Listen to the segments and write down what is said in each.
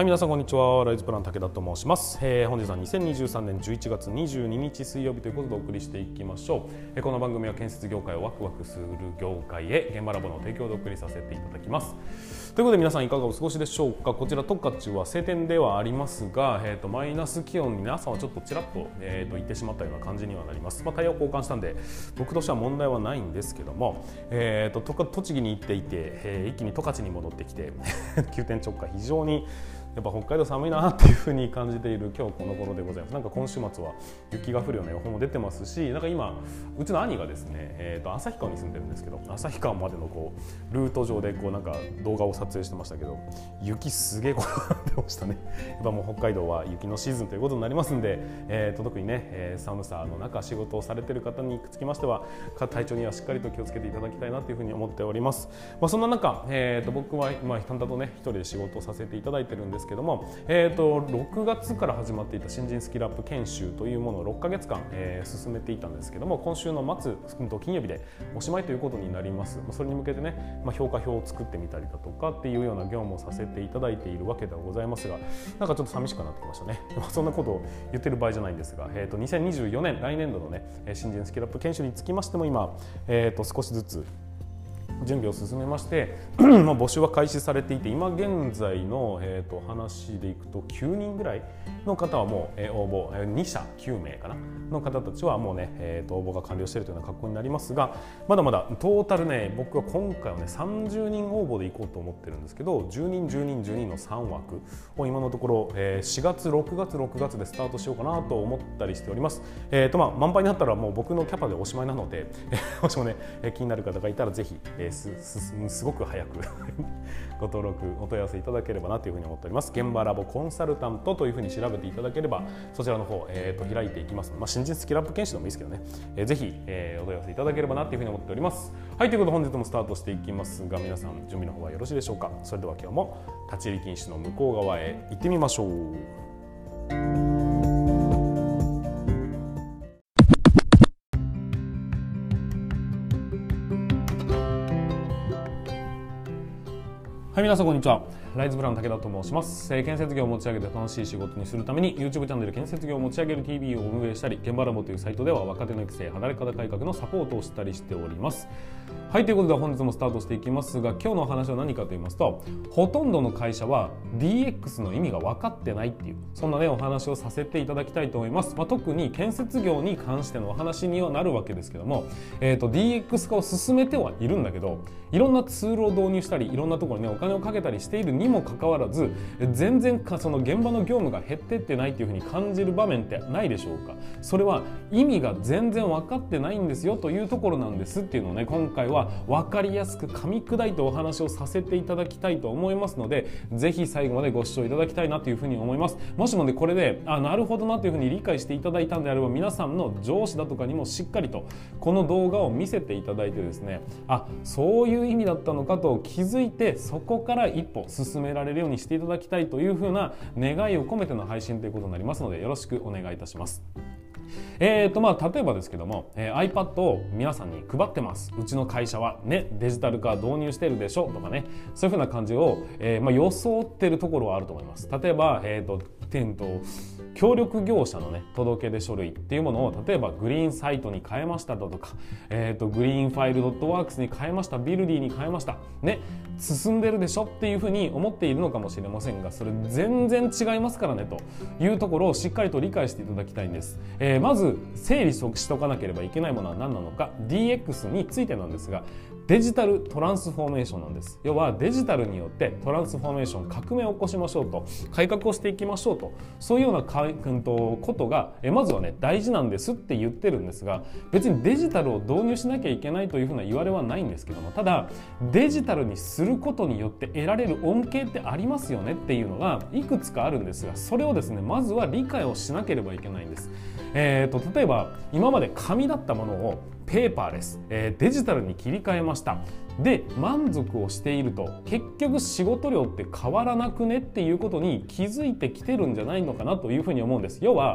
はい、皆さんこんにちは。ライズプラン武田と申します。本日は2023年11月22日水曜日ということでお送りしていきましょう。この番組は建設業界をワクワクする業界へ現場ラボの提供でお送りさせていただきます。ということで皆さんいかがお過ごしでしょうか。こちら十勝は晴天ではありますが、マイナス気温に朝はちょっとちらっと、行ってしまったような感じにはなります。タイヤを交換したんで僕としては問題はないんですけども、栃木に行っていて、一気に十勝に戻ってきて急転直下非常にやっぱ北海道寒いなっていう風に感じている今日この頃でございます。なんか今週末は雪が降るような予報も出てますし、なんか今うちの兄がですね、旭川に住んでるんですけど、旭川までのルート上でなんか動画を撮影してましたけど、雪すげえ転がってましたね。やっぱもう北海道は雪のシーズンということになりますんで、特にね、寒さの中仕事をされている方につきましては体調にはしっかりと気をつけていただきたいなというふうに思っております。そんな中、僕は淡々とね一人で仕事をさせていただいてるんですけども、6月から始まっていた新人スキルアップ研修というものを6ヶ月間、進めていたんですけども、今週の末、金曜日でおしまいということになります。それに向けてね、評価表を作ってみたりだとかっていうような業務をさせていただいているわけではございますが、なんかちょっと寂しくなってきましたね。そんなことを言ってる場合じゃないんですが、2024年来年度のね新人スキルアップ研修につきましても今、少しずつ準備を進めまして募集は開始されていて、今現在の、話でいくと9人ぐらいの方はもう、応募2社9名かなの方たちはもうね、応募が完了しているというような格好になりますが、まだまだトータルね、僕は今回はね30人応募でいこうと思ってるんですけど、10人10人10人の3枠を今のところ、4月6月でスタートしようかなと思ったりしております。満杯になったらもう僕のキャパでおしまいなのでもしもね気になる方がいたらぜひ、すごく早くご登録お問い合わせいただければなというふうに思っております。現場ラボコンサルタントというふうに調べていただければそちらの方、開いていきます。新人スキルアップ研修でもいいですけどね、ぜひ、お問い合わせいただければなというふうに思っております。はい、ということで本日もスタートしていきますが、皆さん準備の方はよろしいでしょうか。それでは今日も立ち入り禁止の向こう側へ行ってみましょう。はい、皆さんこんにちは。ライズプラン武田と申します。建設業を持ち上げて楽しい仕事にするために YouTube チャンネル建設業を持ち上げる TV を運営したり、現場ラボというサイトでは若手の育成、働き方改革のサポートをしたりしております。はい、ということで本日もスタートしていきますが、今日のお話は何かと言いますと、ほとんどの会社は DX の意味が分かってないっていう、そんなねお話をさせていただきたいと思います。特に建設業に関してのお話にはなるわけですけども、DX 化を進めてはいるんだけど、いろんなツールを導入したりいろんなところにねお金をかけたりしているにもかかわらず、全然その現場の業務が減ってってないっていうふうに感じる場面ってないでしょうか。それは意味が全然分かってないんですよというところなんですっていうのをね、今回は分かりやすく噛み砕いてお話をさせていただきたいと思いますので、ぜひ最後までご視聴いただきたいなというふうに思います。もしもねこれでなるほどなというふうに理解していただいたんであれば、皆さんの上司だとかにもしっかりとこの動画を見せていただいてですね、そういう意味だったのかと気づいて、そこから一歩進められるようにしていただきたいというふうな願いを込めての配信ということになりますので、よろしくお願いいたします。例えばですけども、iPad を皆さんに配ってます。うちの会社はねデジタル化導入してるでしょとかね、そういうふうな感じを、装ってるところはあると思います。例えば、協力業者のね届け出書類っていうものを例えばグリーンサイトに変えましただとか、グリーンファイルドットワークスに変えました、ビルディに変えましたね、進んでるでしょっていうふうに思っているのかもしれませんが、それ全然違いますからねというところをしっかりと理解していただきたいんです。まず整理しとかなければいけないものは何なのか、 DX についてなんですが、デジタルトランスフォーメーションなんです。要はデジタルによってトランスフォーメーション、革命を起こしましょうと、改革をしていきましょうと、そういうようなことがまずはね大事なんですって言ってるんですが、別にデジタルを導入しなきゃいけないというふうな言われはないんですけども、ただデジタルにすることによって得られる恩恵ってありますよねっていうのがいくつかあるんですが、それをですねまずは理解をしなければいけないんです。例えば今まで紙だったものをペーパーレス、デジタルに切り替えました。で満足をしていると結局仕事量って変わらなくねっていうことに気づいてきてるんじゃないのかなというふうに思うんです。要は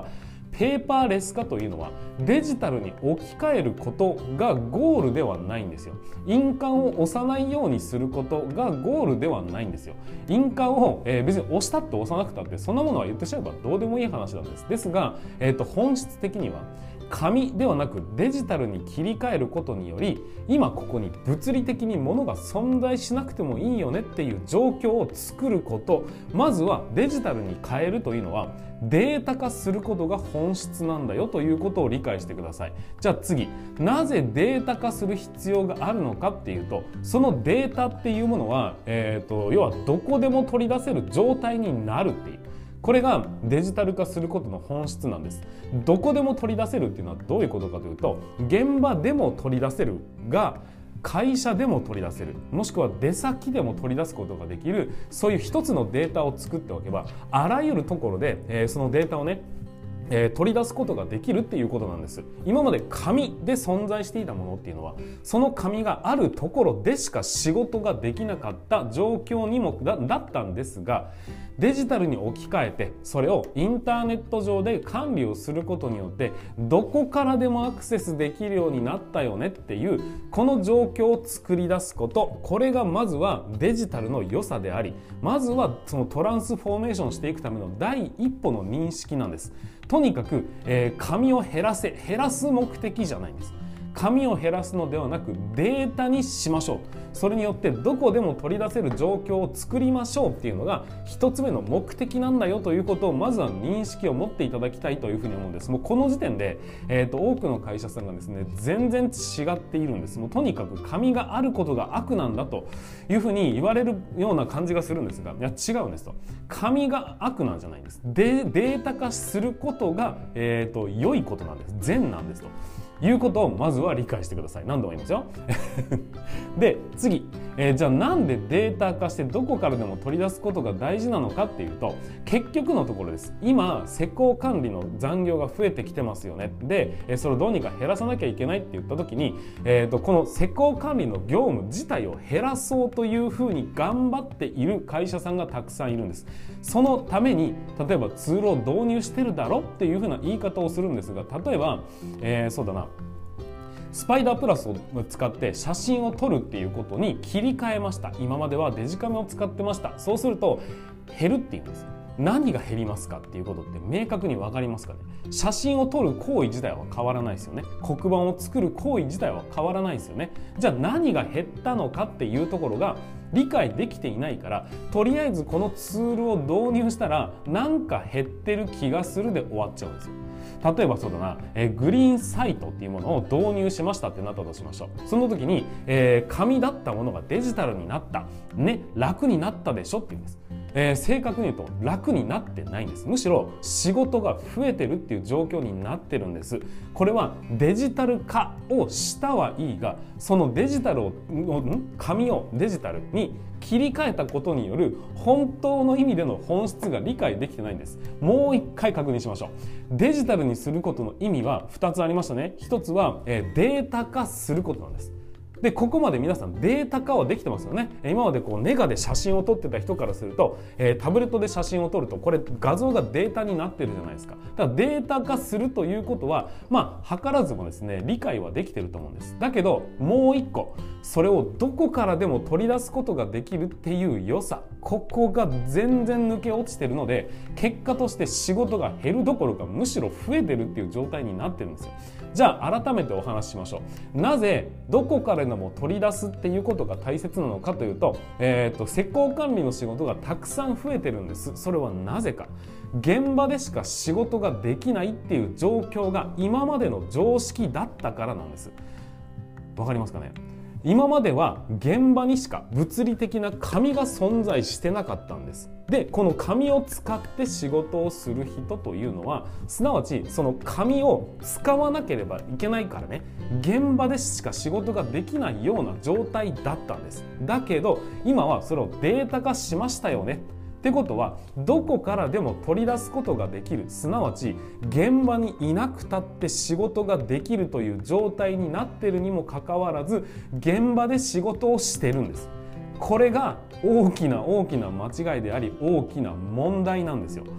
ペーパーレス化というのはデジタルに置き換えることがゴールではないんですよ。印鑑を押さないようにすることがゴールではないんですよ。印鑑を、別に押したって押さなくたってそんなものは言ってしまえばどうでもいい話なんです。ですが、本質的には紙ではなくデジタルに切り替えることにより、今ここに物理的に物が存在しなくてもいいよねっていう状況を作ること、まずはデジタルに変えるというのはデータ化することが本質なんだよということを理解してください。じゃあ次、なぜデータ化する必要があるのかっていうと、そのデータっていうものは、要はどこでも取り出せる状態になるっていう、これがデジタル化することの本質なんです。どこでも取り出せるっていうのはどういうことかというと、現場でも取り出せるが会社でも取り出せる、もしくは出先でも取り出すことができる、そういう一つのデータを作っておけばあらゆるところで、そのデータをね取り出すことができるっていうことなんです。今まで紙で存在していたものっていうのは、その紙があるところでしか仕事ができなかった状況にも だったんですが、デジタルに置き換えてそれをインターネット上で管理をすることによってどこからでもアクセスできるようになったよねっていうこの状況を作り出すこと、これがまずはデジタルの良さであり、まずはそのトランスフォーメーションしていくための第一歩の認識なんです。とにかく、紙を減らす目的じゃないんです。紙を減らすのではなくデータにしましょう。それによってどこでも取り出せる状況を作りましょうっていうのが一つ目の目的なんだよということをまずは認識を持っていただきたいというふうに思うんです。もうこの時点で、多くの会社さんがですね全然違っているんです。もうとにかく紙があることが悪なんだというふうに言われるような感じがするんですが、いや違うんですと。紙が悪なんじゃないんです。データ化することが、良いことなんです。善なんですということをまずは理解してください。何度も言いますよで次、じゃあなんでデータ化してどこからでも取り出すことが大事なのかっていうと、結局のところです。今施工管理の残業が増えてきてますよね。でそれをどうにか減らさなきゃいけないって言った時に、この施工管理の業務自体を減らそうというふうに頑張っている会社さんがたくさんいるんです。そのために例えばツールを導入してるだろっていうふうな言い方をするんですが、例えば、そうだな、スパイダープラスを使って写真を撮るっていうことに切り替えました。今まではデジカメを使ってました。そうすると減るっていうんです。何が減りますかっていうことって明確に分かりますかね。写真を撮る行為自体は変わらないですよね。黒板を作る行為自体は変わらないですよね。じゃあ何が減ったのかっていうところが理解できていないから、とりあえずこのツールを導入したらなんか減ってる気がするで終わっちゃうんですよ。例えばそうだな、グリーンサイトっていうものを導入しましたってなったとしましょう。その時に、紙だったものがデジタルになったね、楽になったでしょって言うんです。正確に言うと楽になってないんです。むしろ仕事が増えてるっていう状況になってるんです。これはデジタル化をしたはいいが、そのデジタルを紙をデジタルに切り替えたことによる本当の意味での本質が理解できてないんです。もう一回確認しましょう。デジタルにすることの意味は2つありましたね。1つは、データ化することなんです。でここまで皆さんデータ化はできてますよね。今までこうネガで写真を撮ってた人からすると、タブレットで写真を撮るとこれ画像がデータになってるじゃないですか。だからデータ化するということは図らずもですね理解はできてると思うんです。だけどもう一個、それをどこからでも取り出すことができるっていう良さ、ここが全然抜け落ちてるので、結果として仕事が減るどころかむしろ増えてるっていう状態になってるんですよ。じゃあ改めてお話ししましょう。なぜどこからでも取り出すっていうことが大切なのかというと、施工管理の仕事がたくさん増えてるんです。それはなぜか、現場でしか仕事ができないっていう状況が今までの常識だったからなんです。わかりますかね。今までは現場にしか物理的な紙が存在してなかったんです。でこの紙を使って仕事をする人というのは、すなわちその紙を使わなければいけないからね、現場でしか仕事ができないような状態だったんです。だけど今はそれをデータ化しましたよね。ってことはどこからでも取り出すことができる、すなわち現場にいなくたって仕事ができるという状態になっているにもかかわらず、現場で仕事をしてるんです。これが大きな間違いであり大きな問題なんですよ。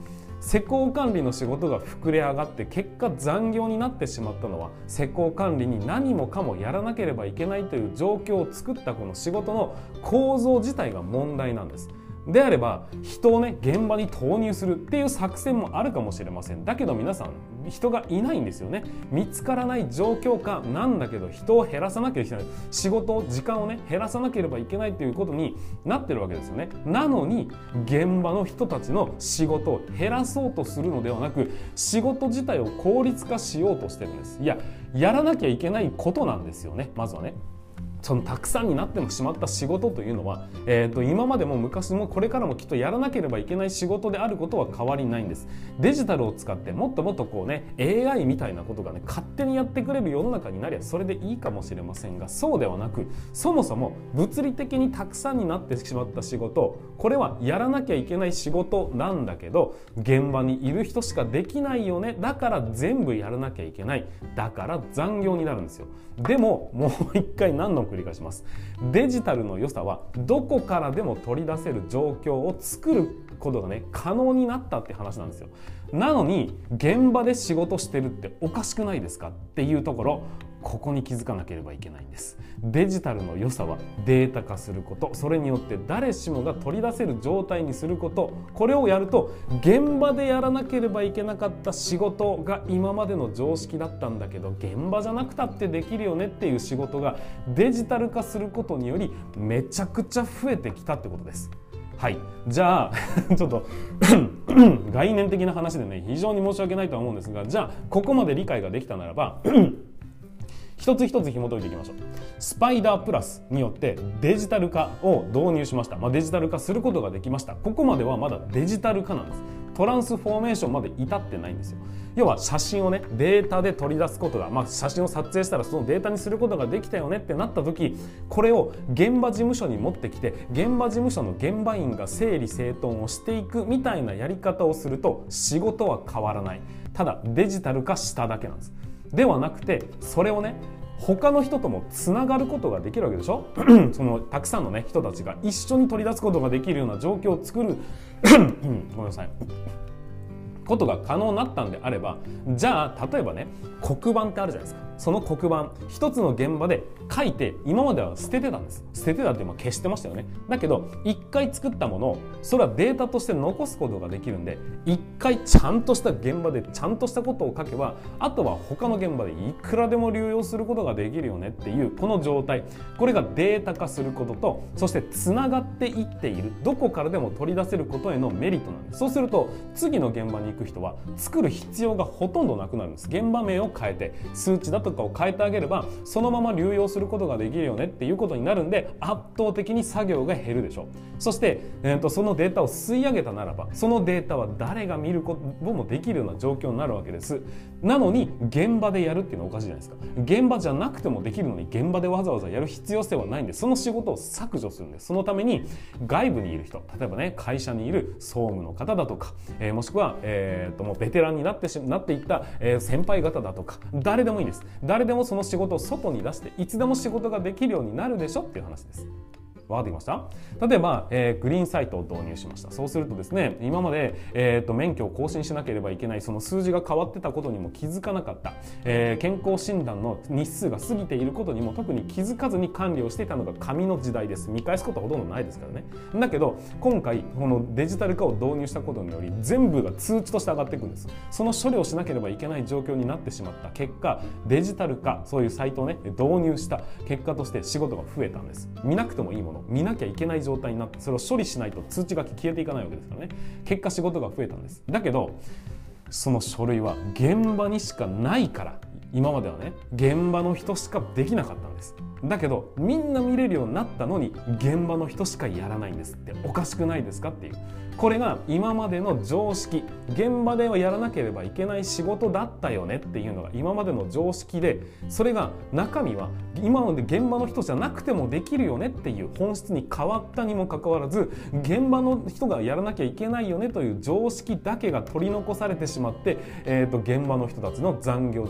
施工管理の仕事が膨れ上がって結果残業になってしまったのは、施工管理に何もかもやらなければいけないという状況を作ったこの仕事の構造自体が問題なんです。であれば人をね現場に投入するっていう作戦もあるかもしれません。だけど皆さん人がいないんですよね。見つからない状況下なんだけど、人を減らさなきゃいけない、仕事時間をね減らさなければいけないということになってるわけですよね。なのに現場の人たちの仕事を減らそうとするのではなく、仕事自体を効率化しようとしてるんです。いや、やらなきゃいけないことなんですよね。まずはね、そのたくさんになってしまった仕事というのは、今までも昔もこれからもきっとやらなければいけない仕事であることは変わりないんです。デジタルを使ってもっともっとこうね AI みたいなことがね勝手にやってくれる世の中になりゃそれでいいかもしれませんが、そうではなく、そもそも物理的にたくさんになってしまった仕事、これはやらなきゃいけない仕事なんだけど現場にいる人しかできないよね。だから全部やらなきゃいけない。だから残業になるんですよ。でももう一回何度も繰り返します。デジタルの良さはどこからでも取り出せる状況を作ることがね可能になったって話なんですよ。なのに現場で仕事してるっておかしくないですかっていうところ、ここに気づかなければいけないんです。デジタルの良さはデータ化すること、それによって誰しもが取り出せる状態にすること、これをやると現場でやらなければいけなかった仕事が今までの常識だったんだけど現場じゃなくたってできるよねっていう仕事がデジタル化することによりめちゃくちゃ増えてきたってことです。はい、じゃあちょっと概念的な話でね非常に申し訳ないとは思うんですが、じゃあここまで理解ができたならば一つ一つ紐解いていきましょう。スパイダープラスによってデジタル化を導入しました。デジタル化することができました。ここまではまだデジタル化なんです。トランスフォーメーションまで至ってないんですよ。要は写真をねデータで取り出すことが、写真を撮影したらそのデータにすることができたよねってなった時、これを現場事務所に持ってきて現場事務所の現場員が整理整頓をしていくみたいなやり方をすると仕事は変わらない。ただデジタル化しただけなんです。ではなくて、それをね他の人ともつながることができるわけでしょそのたくさんのね人たちが一緒に取り出すことができるような状況を作るごめんなさいことが可能になったんであれば、じゃあ例えばね黒板ってあるじゃないですか。その黒板一つの現場で書いて今までは捨ててたんです。捨ててたって消してましたよね。だけど一回作ったものをそれはデータとして残すことができるんで、一回ちゃんとした現場でちゃんとしたことを書けばあとは他の現場でいくらでも流用することができるよねっていうこの状態、これがデータ化することと、そしてつながっていっているどこからでも取り出せることへのメリットなんです。そうすると次の現場に行く人は作る必要がほとんどなくなるんです。現場名を変えて数値だとかを変えてあげればそのまま流用することができるよねっていうことになるんで、圧倒的に作業が減るでしょ。そして、そのデータを吸い上げたならばそのデータは誰が見ることもできるような状況になるわけです。なのに現場でやるっていうのはおかしいじゃないですか。現場じゃなくてもできるのに現場でわざわざやる必要性はないんで、その仕事を削除するんです。そのために外部にいる人、例えばね会社にいる総務の方だとか、もしくは、もうベテランになっていった、先輩方だとか誰でもいいんです。誰でもその仕事を外に出していつでも仕事ができるようになるでしょっていう話です。分かってきました？例えば、グリーンサイトを導入しました。そうするとですね、今まで、免許を更新しなければいけないその数字が変わってたことにも気づかなかった、健康診断の日数が過ぎていることにも特に気づかずに管理をしていたのが紙の時代です。見返すことはほとんどないですからね。だけど今回このデジタル化を導入したことにより全部が通知として上がっていくんです。その処理をしなければいけない状況になってしまった結果、デジタル化、そういうサイトをね導入した結果として仕事が増えたんです。見なくてもいいもの見なきゃいけない状態になって、それを処理しないと通知が消えていかないわけですからね。結果仕事が増えたんです。だけどその書類は現場にしかないから、今まではね現場の人しかできなかったんです。だけどみんな見れるようになったのに現場の人しかやらないんですっておかしくないですかっていう、これが今までの常識、現場ではやらなければいけない仕事だったよねっていうのが今までの常識で、それが中身は今まで現場の人じゃなくてもできるよねっていう本質に変わったにもかかわらず、現場の人がやらなきゃいけないよねという常識だけが取り残されてしまって、現場の人たちの残業時間は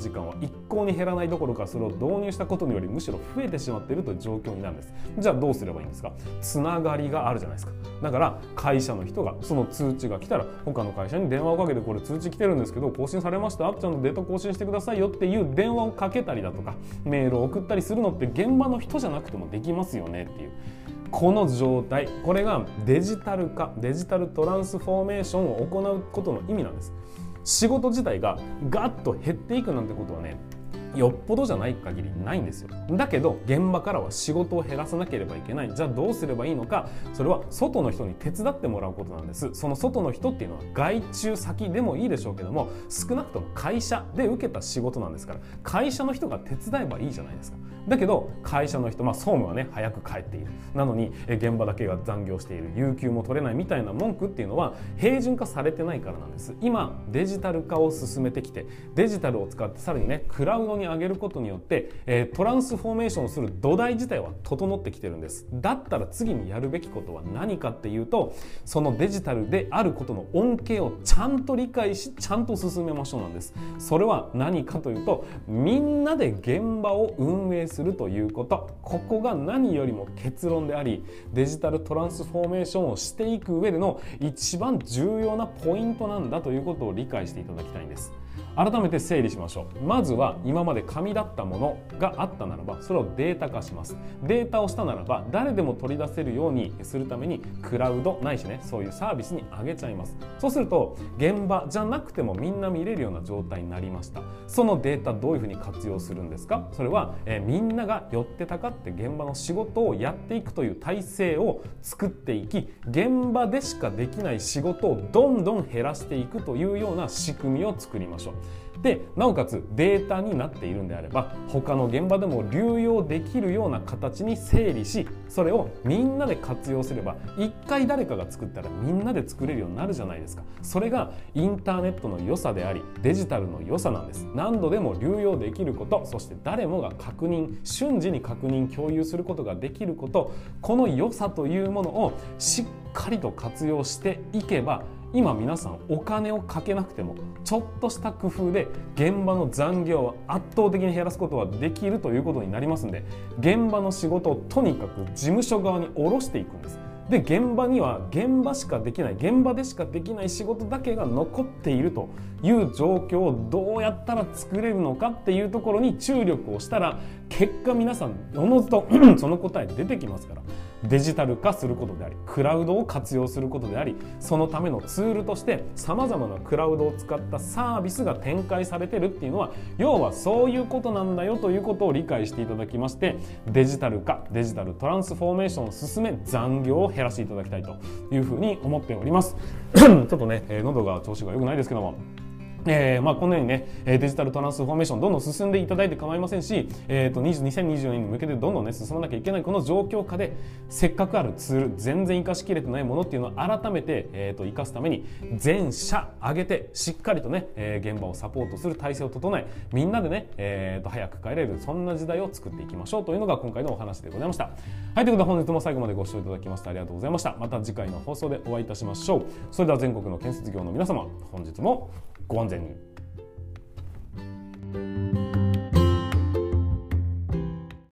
一向に減らないどころか、それを導入したことによりむしろ増えてしまっているという状況になるんです。じゃあどうすればいいんですか。つながりがあるじゃないですか。だから会社の人がその通知が来たら他の会社に電話をかけて、これ通知来てるんですけど更新されました、ちゃんとデータ更新してくださいよっていう電話をかけたりだとかメールを送ったりするのって現場の人じゃなくてもできますよねっていう、この状態、これがデジタル化、デジタルトランスフォーメーションを行うことの意味なんです。仕事自体がガッと減っていくなんてことはね、よっぽどじゃない限りないんですよ。だけど現場からは仕事を減らさなければいけない。じゃあどうすればいいのか。それは外の人に手伝ってもらうことなんです。その外の人っていうのは外注先でもいいでしょうけども、少なくとも会社で受けた仕事なんですから、会社の人が手伝えばいいじゃないですか。だけど会社の人、総務はね早く帰っている、なのに現場だけが残業している、有給も取れないみたいな文句っていうのは平準化されてないからなんです。今デジタル化を進めてきて、デジタルを使ってさらにねクラウドに上げることによってトランスフォーメーションをする土台自体は整ってきてるんです。だったら次にやるべきことは何かっていうと、そのデジタルであることの恩恵をちゃんと理解し、ちゃんと進めましょうなんです。それは何かというと、みんなで現場を運営するということ、ここが何よりも結論であり、デジタルトランスフォーメーションをしていく上での一番重要なポイントなんだということを理解していただきたいんです。改めて整理しましょう。まずは今まで紙だったものがあったならばそれをデータ化します。データをしたならば誰でも取り出せるようにするためにクラウドないしね、そういうサービスに上げちゃいます。そうすると現場じゃなくてもみんな見れるような状態になりました。そのデータどういうふうに活用するんですか。それは、みんなが寄ってたかって現場の仕事をやっていくという体制を作っていき、現場でしかできない仕事をどんどん減らしていくというような仕組みを作りましょう。でなおかつデータになっているんであれば他の現場でも流用できるような形に整理し、それをみんなで活用すれば一回誰かが作ったらみんなで作れるようになるじゃないですか。それがインターネットの良さでありデジタルの良さなんです。何度でも流用できること、そして誰もが確認、瞬時に確認共有することができること、この良さというものをしっかりと活用していけば、今皆さんお金をかけなくてもちょっとした工夫で現場の残業を圧倒的に減らすことはできるということになりますので、現場の仕事をとにかく事務所側に下ろしていくんです。で現場には現場しかできない、現場でしかできない仕事だけが残っているという状況をどうやったら作れるのかっていうところに注力をしたら、結果皆さんおのずとその答え出てきますから、デジタル化することでありクラウドを活用することであり、そのためのツールとしてさまざまなクラウドを使ったサービスが展開されてるっていうのは、要はそういうことなんだよということを理解していただきまして、デジタル化、デジタルトランスフォーメーションを進め残業を減らしていただきたいというふうに思っておりますちょっとね、喉が調子が良くないですけども、このようにねデジタルトランスフォーメーションどんどん進んでいただいて構いませんし、2024年に向けてどんどんね進まなきゃいけないこの状況下で、せっかくあるツール全然活かしきれてないものっていうのを改めて、活かすために全社挙げてしっかりとね、現場をサポートする体制を整え、みんなでね、早く帰れるそんな時代を作っていきましょうというのが今回のお話でございました。はい、ということで本日も最後までご視聴いただきましてありがとうございました。また次回の放送でお会いいたしましょう。それでは全国の建設業の皆様、本日もご安全に。